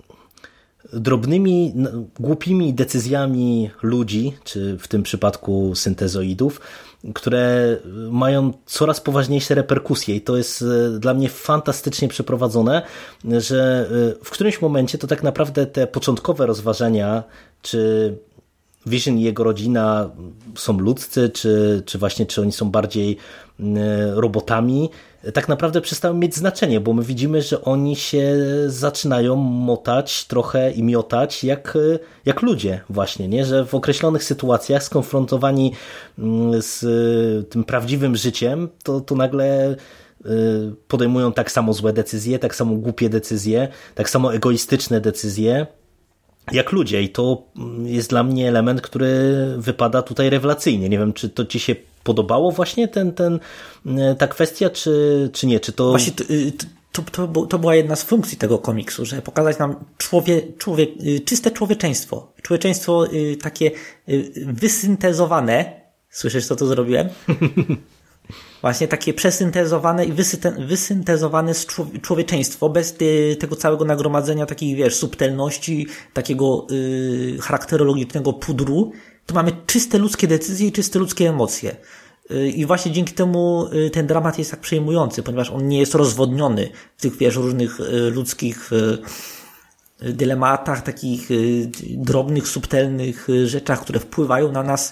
drobnymi, głupimi decyzjami ludzi, czy w tym przypadku syntezoidów, które mają coraz poważniejsze reperkusje i to jest dla mnie fantastycznie przeprowadzone, że w którymś momencie to tak naprawdę te początkowe rozważania, czy Vision i jego rodzina są ludzcy, czy, czy właśnie czy oni są bardziej robotami, tak naprawdę przestały mieć znaczenie, bo my widzimy, że oni się zaczynają motać trochę i miotać jak, jak ludzie właśnie, nie? Że w określonych sytuacjach skonfrontowani z tym prawdziwym życiem, to, to nagle podejmują tak samo złe decyzje, tak samo głupie decyzje, tak samo egoistyczne decyzje jak ludzie i to jest dla mnie element, który wypada tutaj rewelacyjnie. Nie wiem, czy to ci się podobało właśnie ten, ten, ta kwestia, czy, czy nie? Czy to... Właśnie to, to, to, to była jedna z funkcji tego komiksu, że pokazać nam człowie, człowiek, czyste człowieczeństwo. Człowieczeństwo takie wysyntezowane. Słyszysz, co tu zrobiłem? Właśnie takie przesyntezowane i wysyntezowane człowieczeństwo bez tego całego nagromadzenia takich, wiesz, subtelności, takiego yy, charakterologicznego pudru. Tu mamy czyste ludzkie decyzje i czyste ludzkie emocje. Yy, I właśnie dzięki temu yy, ten dramat jest tak przejmujący, ponieważ on nie jest rozwodniony w tych, wiesz, różnych yy, ludzkich yy, dylematach, takich yy, drobnych, subtelnych yy, rzeczach, które wpływają na nas.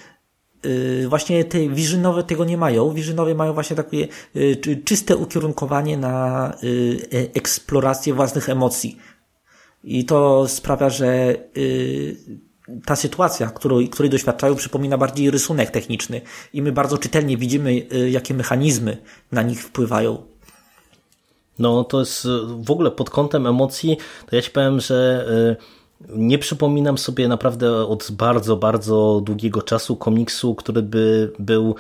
Właśnie te Visionowe tego nie mają. Visionowe mają właśnie takie czyste ukierunkowanie na eksplorację własnych emocji. I to sprawia, że yy, ta sytuacja, której, której doświadczają, przypomina bardziej rysunek techniczny i my bardzo czytelnie widzimy, yy, jakie mechanizmy na nich wpływają. No to jest w ogóle pod kątem emocji, to ja ci powiem, że nie przypominam sobie naprawdę od bardzo, bardzo długiego czasu komiksu, który by był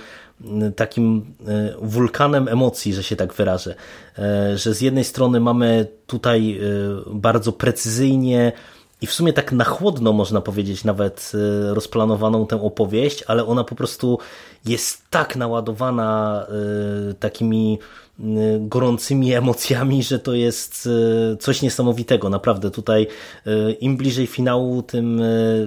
takim wulkanem emocji, że się tak wyrażę. Że z jednej strony mamy tutaj bardzo precyzyjnie i w sumie tak na chłodno można powiedzieć nawet rozplanowaną tę opowieść, ale ona po prostu jest tak naładowana takimi gorącymi emocjami, że to jest coś niesamowitego. Naprawdę tutaj im bliżej finału, tym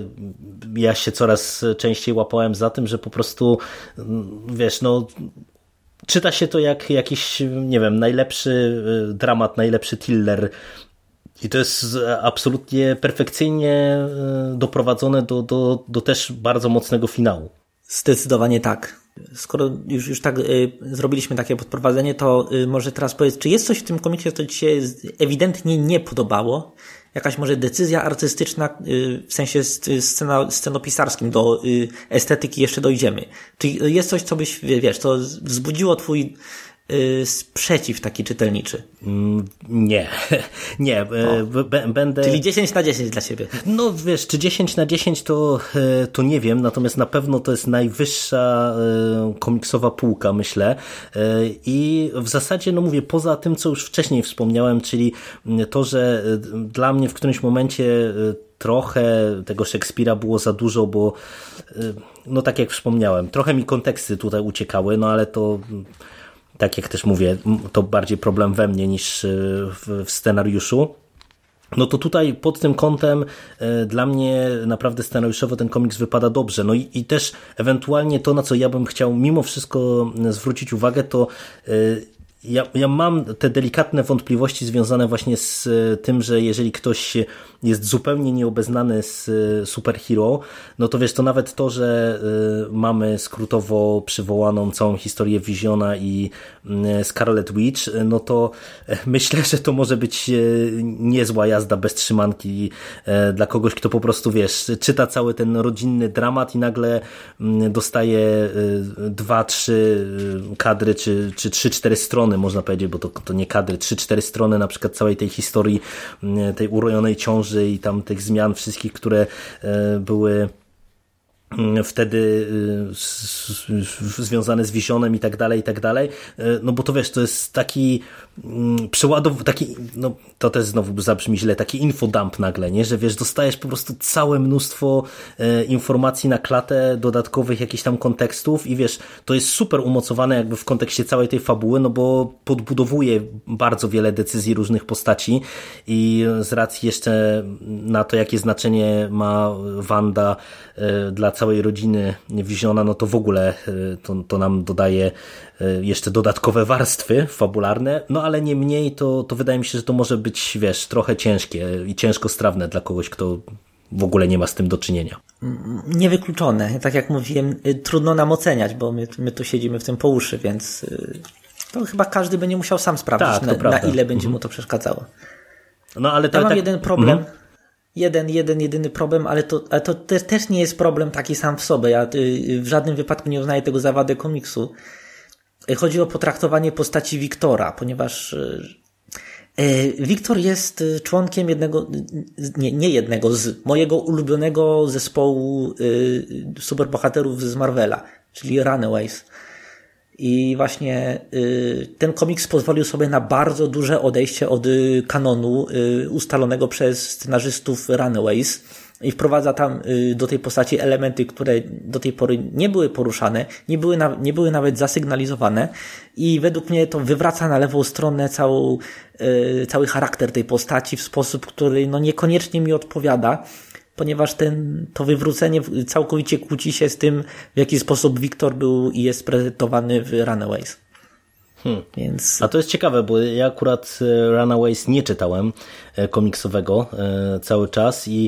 ja się coraz częściej łapałem za tym, że po prostu wiesz, no czyta się to jak jakiś, nie wiem, najlepszy dramat, najlepszy thriller. I to jest absolutnie perfekcyjnie doprowadzone do, do, do też bardzo mocnego finału. Zdecydowanie tak. Skoro już, już tak y, zrobiliśmy takie podprowadzenie, to y, może teraz powiedz, czy jest coś w tym komiksie, co ci się ewidentnie nie podobało? Jakaś może decyzja artystyczna, y, w sensie scena, scenopisarskim, do y, estetyki jeszcze dojdziemy. Czy jest coś, co byś, wiesz, co wzbudziło twój sprzeciw taki czytelniczy? Nie, nie. B- będę... Czyli dziesięć na dziesięć dla ciebie. No wiesz, czy dziesięć na dziesięć to, to nie wiem, natomiast na pewno to jest najwyższa komiksowa półka, myślę. I w zasadzie, no mówię, poza tym, co już wcześniej wspomniałem, czyli to, że dla mnie w którymś momencie trochę tego Szekspira było za dużo, bo no tak jak wspomniałem, trochę mi konteksty tutaj uciekały, no ale to tak jak też mówię, to bardziej problem we mnie niż w, w scenariuszu. No to tutaj pod tym kątem y, dla mnie naprawdę scenariuszowo ten komiks wypada dobrze. No i, i też ewentualnie to, na co ja bym chciał mimo wszystko zwrócić uwagę, to y, Ja, ja mam te delikatne wątpliwości związane właśnie z tym, że jeżeli ktoś jest zupełnie nieobeznany z superhero, no to wiesz, to nawet to, że mamy skrótowo przywołaną całą historię Visiona i Scarlet Witch, no to myślę, że to może być niezła jazda bez trzymanki dla kogoś, kto po prostu, wiesz, czyta cały ten rodzinny dramat i nagle dostaje dwa, trzy kadry, czy, czy trzy, cztery strony, można powiedzieć, bo to, to nie kadry, trzy, cztery strony na przykład całej tej historii, tej urojonej ciąży i tam tych zmian wszystkich, które były wtedy związane z Visionem i tak dalej, i tak dalej, no bo to wiesz, to jest taki przeładow, taki, no to też znowu zabrzmi źle, taki infodump nagle, nie, że wiesz, dostajesz po prostu całe mnóstwo informacji na klatę, dodatkowych jakichś tam kontekstów i wiesz, to jest super umocowane jakby w kontekście całej tej fabuły, no bo podbudowuje bardzo wiele decyzji różnych postaci i z racji jeszcze na to, jakie znaczenie ma Wanda dla całej rodziny Visiona, no to w ogóle to, to nam dodaje jeszcze dodatkowe warstwy fabularne, no ale nie mniej to, to wydaje mi się, że to może być, wiesz, trochę ciężkie i ciężkostrawne dla kogoś, kto w ogóle nie ma z tym do czynienia. Niewykluczone. Tak jak mówiłem, trudno nam oceniać, bo my, my tu siedzimy w tym po uszy, więc to chyba każdy będzie musiał sam sprawdzić, tak, na, na ile będzie mhm. mu to przeszkadzało. No ale to ja mam tak... jeden problem. Mhm. Jeden, jeden, jedyny problem, ale to, ale to też, też nie jest problem taki sam w sobie. Ja y, w żadnym wypadku nie uznaję tego za wadę komiksu. Chodzi o potraktowanie postaci Wiktora, ponieważ y, y, Wiktor jest członkiem jednego, nie, nie jednego z mojego ulubionego zespołu y, superbohaterów z Marvela, czyli Runaways. I właśnie y, ten komiks pozwolił sobie na bardzo duże odejście od y, kanonu y, ustalonego przez scenarzystów Runaways i wprowadza tam y, do tej postaci elementy, które do tej pory nie były poruszane, nie były, na, nie były nawet zasygnalizowane i według mnie to wywraca na lewą stronę całą, y, cały charakter tej postaci w sposób, który no niekoniecznie mi odpowiada, ponieważ ten, to wywrócenie całkowicie kłóci się z tym, w jaki sposób Wiktor był i jest prezentowany w Runaways. Hmm. Więc... A to jest ciekawe, bo ja akurat Runaways nie czytałem komiksowego cały czas i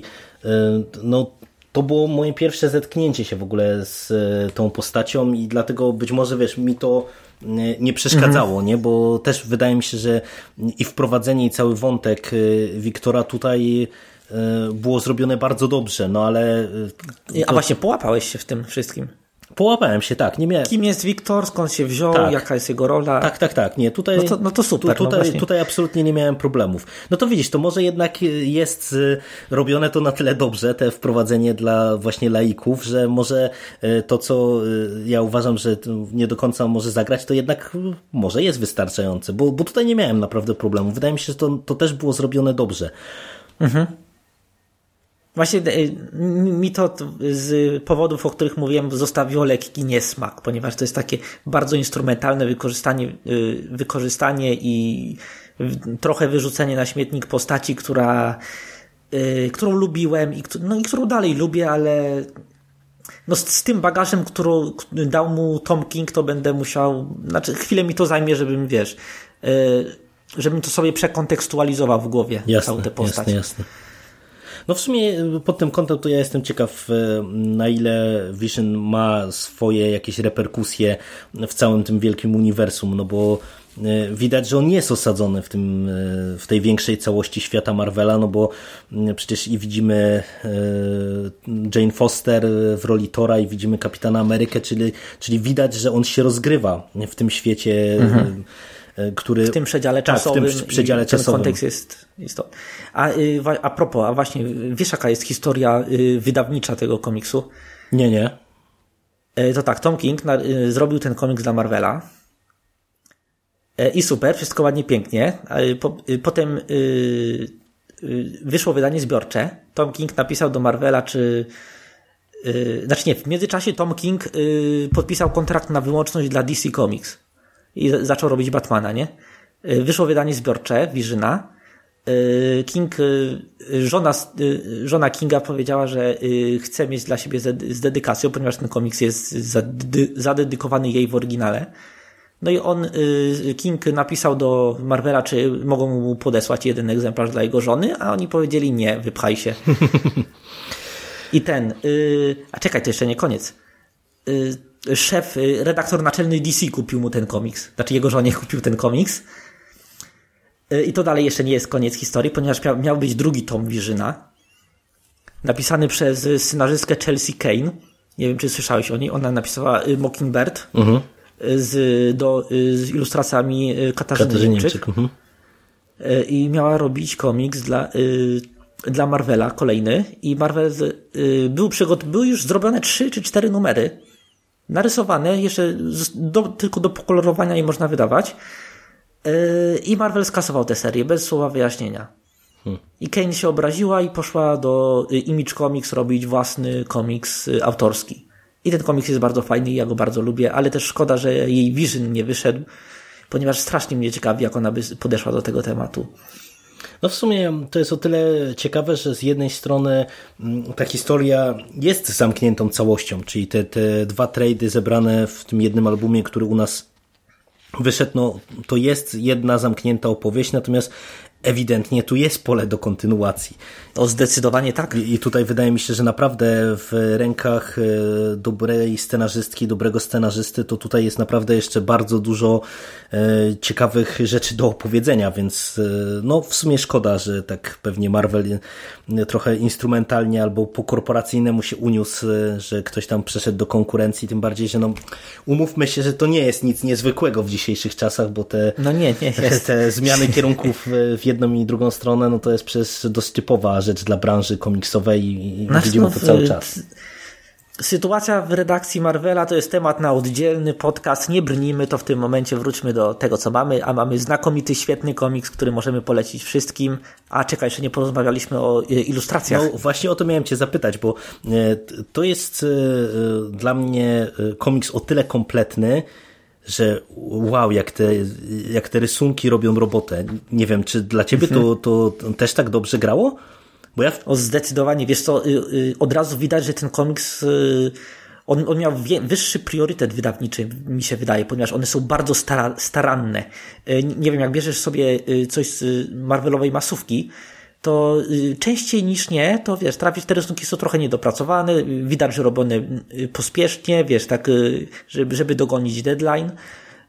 no to było moje pierwsze zetknięcie się w ogóle z tą postacią i dlatego być może, wiesz, mi to nie przeszkadzało, mhm. nie? Bo też wydaje mi się, że i wprowadzenie i cały wątek Wiktora tutaj było zrobione bardzo dobrze, no ale... A właśnie połapałeś się w tym wszystkim? Połapałem się, tak. Nie miałem... Kim jest Wiktor, skąd się wziął, tak. jaka jest jego rola? Tak, tak, tak. Nie, tutaj, no, to, no to super. Tu, tutaj, no tutaj absolutnie nie miałem problemów. No to widzisz, to może jednak jest robione to na tyle dobrze, te wprowadzenie dla właśnie laików, że może to, co ja uważam, że nie do końca może zagrać, to jednak może jest wystarczające, bo, bo tutaj nie miałem naprawdę problemu. Wydaje mi się, że to, to też było zrobione dobrze. Mhm. Właśnie mi to z powodów, o których mówiłem, zostawiło lekki niesmak, ponieważ to jest takie bardzo instrumentalne wykorzystanie, wykorzystanie i trochę wyrzucenie na śmietnik postaci, która, którą lubiłem i, no, i którą dalej lubię, ale no z, z tym bagażem, którą dał mu Tom King, to będę musiał, znaczy chwilę mi to zajmie, żebym, wiesz, żebym to sobie przekontekstualizował w głowie, jasne, całą tę postać. Jasne, jasne. No w sumie pod tym kątem to ja jestem ciekaw, na ile Vision ma swoje jakieś reperkusje w całym tym wielkim uniwersum, no bo widać, że on nie jest osadzony w tym, w tej większej całości świata Marvela, no bo przecież i widzimy Jane Foster w roli Tora i widzimy Kapitana Amerykę, czyli, czyli widać, że on się rozgrywa w tym świecie, mhm. który... W tym przedziale czasowym. Tak, w tym przedziale ten czasowym. Kontekst jest istotny. A, a propos, a właśnie, wiesz jaka jest historia wydawnicza tego komiksu? Nie, nie. To tak, Tom King na, zrobił ten komiks dla Marvela i super, wszystko ładnie, pięknie. Potem wyszło wydanie zbiorcze. Tom King napisał do Marvela, czy znaczy nie, w międzyczasie Tom King podpisał kontrakt na wyłączność dla D C Comics i zaczął robić Batmana, nie? Wyszło wydanie zbiorcze Visiona. King, żona, żona Kinga powiedziała, że chce mieć dla siebie z dedykacją, ponieważ ten komiks jest zadedykowany jej w oryginale. No i on, King napisał do Marvela, czy mogą mu podesłać jeden egzemplarz dla jego żony, a oni powiedzieli nie, wypchaj się. I ten, a czekaj, to jeszcze nie koniec. Szef, redaktor naczelny D C kupił mu ten komiks. Znaczy jego żonie kupił ten komiks. I to dalej jeszcze nie jest koniec historii, ponieważ miał, miał być drugi tom Visiona. Napisany przez scenarzystkę Chelsea Kane. Nie wiem, czy słyszałeś o niej. Ona napisała Mockingbird uh-huh. z, do, z ilustracjami Katarzyny, Katarzyny Niemczyk. Uh-huh. I miała robić komiks dla, dla Marvela, kolejny. I Marvel był, przygot- były już zrobione trzy czy cztery numery. Narysowane, jeszcze do, tylko do pokolorowania je można wydawać. I Marvel skasował tę serię bez słowa wyjaśnienia. Hmm. I Kane się obraziła i poszła do Image Comics robić własny komiks autorski. I ten komiks jest bardzo fajny i ja go bardzo lubię, ale też szkoda, że jej Vision nie wyszedł, ponieważ strasznie mnie ciekawi, jak ona by podeszła do tego tematu. No w sumie to jest o tyle ciekawe, że z jednej strony ta historia jest zamkniętą całością, czyli te, te dwa trady zebrane w tym jednym albumie, który u nas wyszedł, no to jest jedna zamknięta opowieść, natomiast ewidentnie tu jest pole do kontynuacji. O, zdecydowanie tak. I tutaj wydaje mi się, że naprawdę w rękach dobrej scenarzystki, dobrego scenarzysty, to tutaj jest naprawdę jeszcze bardzo dużo ciekawych rzeczy do opowiedzenia, więc no w sumie szkoda, że tak pewnie Marvel trochę instrumentalnie albo po korporacyjnemu się uniósł, że ktoś tam przeszedł do konkurencji, tym bardziej, że no umówmy się, że to nie jest nic niezwykłego w dzisiejszych czasach, bo te, no nie, nie jest. te zmiany kierunków w jedną i drugą stronę, no to jest przecież dość typowa rzecz dla branży komiksowej i znaczy, widzimy to cały czas. Sytuacja w redakcji Marvela to jest temat na oddzielny podcast, nie brnijmy to w tym momencie, wróćmy do tego, co mamy, a mamy znakomity, świetny komiks, który możemy polecić wszystkim. A czekaj, jeszcze nie porozmawialiśmy o ilustracjach. No właśnie o to miałem cię zapytać, bo to jest dla mnie komiks o tyle kompletny, że wow, jak te, jak te rysunki robią robotę. Nie wiem, czy dla ciebie to, to też tak dobrze grało? Bo ja... O, zdecydowanie. Wiesz co, od razu widać, że ten komiks, on, on miał wyższy priorytet wydawniczy, mi się wydaje, ponieważ one są bardzo stara, staranne. Nie wiem, jak bierzesz sobie coś z Marvelowej masówki, to częściej niż nie, to wiesz, trafisz, te rysunki są trochę niedopracowane, widać, że robione pospiesznie, wiesz, tak, żeby, żeby dogonić deadline.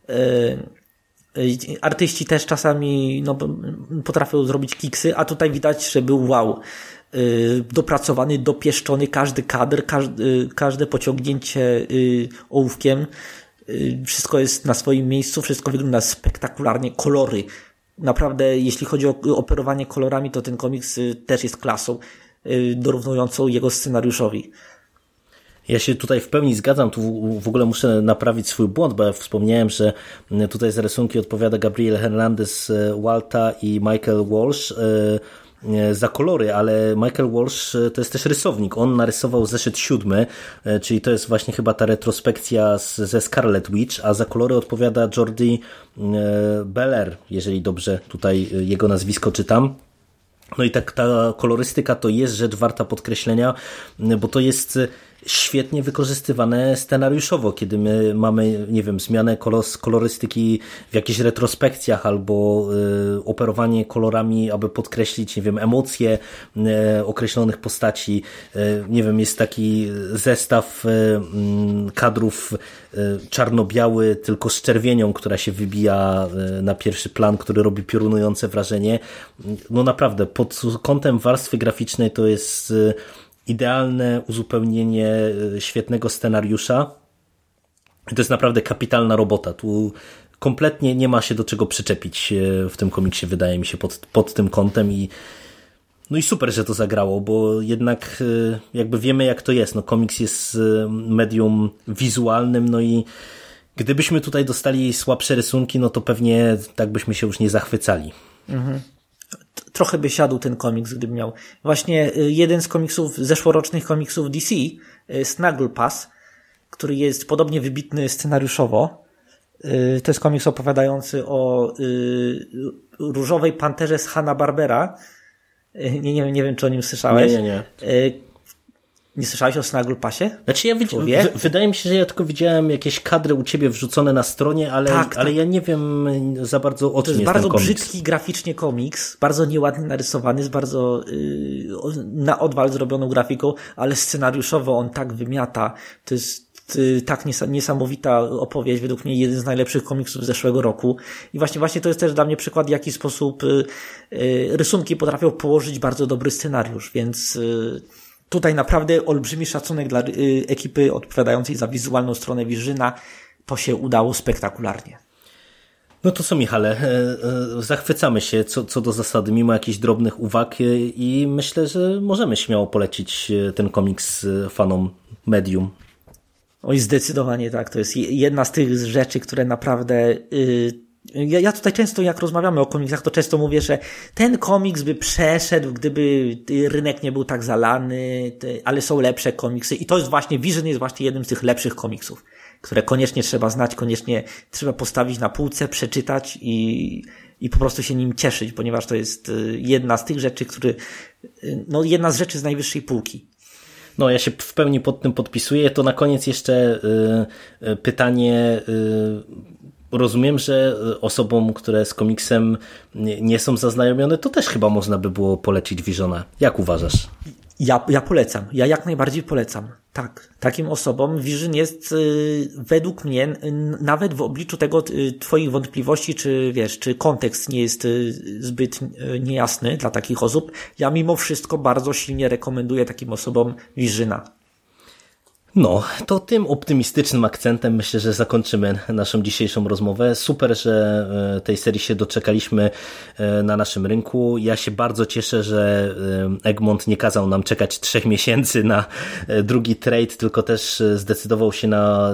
Artyści też czasami no, potrafią zrobić kiksy, a tutaj widać, że był wow. Dopracowany, dopieszczony każdy kadr, każdy, każde pociągnięcie ołówkiem. Wszystko jest na swoim miejscu, wszystko wygląda spektakularnie, kolory. Naprawdę, jeśli chodzi o operowanie kolorami, to ten komiks też jest klasą dorównującą jego scenariuszowi. Ja się tutaj w pełni zgadzam, tu w ogóle muszę naprawić swój błąd, bo ja wspomniałem, że tutaj za rysunki odpowiada Gabriel Hernandez Walta i Michael Walsh za kolory, ale Michael Walsh to jest też rysownik. On narysował zeszyt siódmy, czyli to jest właśnie chyba ta retrospekcja z, ze Scarlet Witch, a za kolory odpowiada Jordi Beller, jeżeli dobrze tutaj jego nazwisko czytam. No i tak ta kolorystyka to jest rzecz warta podkreślenia, bo to jest świetnie wykorzystywane scenariuszowo, kiedy my mamy, nie wiem, zmianę kolorystyki w jakichś retrospekcjach albo y, operowanie kolorami, aby podkreślić, nie wiem, emocje y, określonych postaci. Y, nie wiem, jest taki zestaw y, y, kadrów y, czarno-biały, tylko z czerwienią, która się wybija y, na pierwszy plan, który robi piorunujące wrażenie. No naprawdę, pod kątem warstwy graficznej to jest y, idealne uzupełnienie świetnego scenariusza. To jest naprawdę kapitalna robota. Tu kompletnie nie ma się do czego przyczepić w tym komiksie, wydaje mi się, pod, pod tym kątem i no i super, że to zagrało, bo jednak jakby wiemy, jak to jest. No, komiks jest medium wizualnym, no i gdybyśmy tutaj dostali słabsze rysunki, no to pewnie tak byśmy się już nie zachwycali. Mhm. Trochę by siadł ten komiks, gdyby miał. Właśnie jeden z komiksów, zeszłorocznych komiksów D C, Snuggle Pass, który jest podobnie wybitny scenariuszowo. To jest komiks opowiadający o różowej panterze z Hanna-Barbera. Nie, nie, nie wiem, czy o nim słyszałeś. Nie, nie, nie. Nie słyszałeś o Snuggle Passie? Znaczy ja w, wydaje mi się, że ja tylko widziałem jakieś kadry u ciebie wrzucone na stronie, ale, tak, ale tak. Ja nie wiem za bardzo o czym jest ten komiks. To jest bardzo brzydki graficznie komiks, bardzo nieładnie narysowany, z bardzo yy, na odwal zrobioną grafiką, ale scenariuszowo on tak wymiata. To jest yy, tak niesamowita opowieść, według mnie jeden z najlepszych komiksów zeszłego roku. I właśnie właśnie to jest też dla mnie przykład, w jaki sposób yy, yy, rysunki potrafią położyć bardzo dobry scenariusz, więc yy, tutaj naprawdę olbrzymi szacunek dla y, ekipy odpowiadającej za wizualną stronę Wirzyna. To się udało spektakularnie. No to co, Michale, y, y, zachwycamy się co, co do zasady, mimo jakichś drobnych uwag y, i myślę, że możemy śmiało polecić y, ten komiks y, fanom medium. Oj, zdecydowanie tak. To jest jedna z tych rzeczy, które naprawdę... Y, Ja, ja tutaj często, jak rozmawiamy o komiksach, to często mówię, że ten komiks by przeszedł, gdyby rynek nie był tak zalany, ale są lepsze komiksy i to jest właśnie, Vision jest właśnie jednym z tych lepszych komiksów, które koniecznie trzeba znać, koniecznie trzeba postawić na półce, przeczytać i, i po prostu się nim cieszyć, ponieważ to jest jedna z tych rzeczy, które, no jedna z rzeczy z najwyższej półki. No, ja się w pełni pod tym podpisuję. To na koniec jeszcze y, y, pytanie... Y, Rozumiem, że osobom, które z komiksem nie są zaznajomione, to też chyba można by było polecić Visiona. Jak uważasz? Ja, ja polecam. Ja jak najbardziej polecam. Tak. Takim osobom Vision jest y, według mnie y, nawet w obliczu tego y, twoich wątpliwości, czy wiesz, czy kontekst nie jest y, zbyt y, niejasny dla takich osób. Ja mimo wszystko bardzo silnie rekomenduję takim osobom Visiona. No, to tym optymistycznym akcentem myślę, że zakończymy naszą dzisiejszą rozmowę. Super, że tej serii się doczekaliśmy na naszym rynku. Ja się bardzo cieszę, że Egmont nie kazał nam czekać trzech miesięcy na drugi trade, tylko też zdecydował się na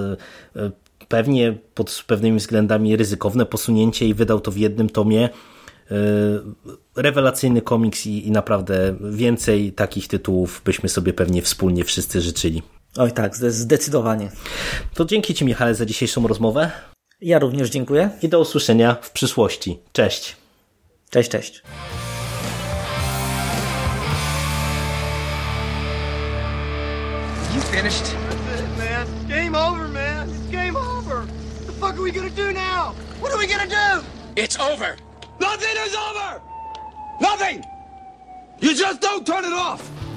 pewnie pod pewnymi względami ryzykowne posunięcie i wydał to w jednym tomie. Rewelacyjny komiks i, i naprawdę więcej takich tytułów byśmy sobie pewnie wspólnie wszyscy życzyli. Oj tak, zdecydowanie. To dzięki Ci, Michale, za dzisiejszą rozmowę. Ja również dziękuję. I do usłyszenia w przyszłości. Cześć. Cześć, cześć. You finished? That's it, man. Game over, man. It's game over. What the fuck are we gonna do now? What are we gonna do? It's over. Nothing is over! Nothing! You just don't turn it off!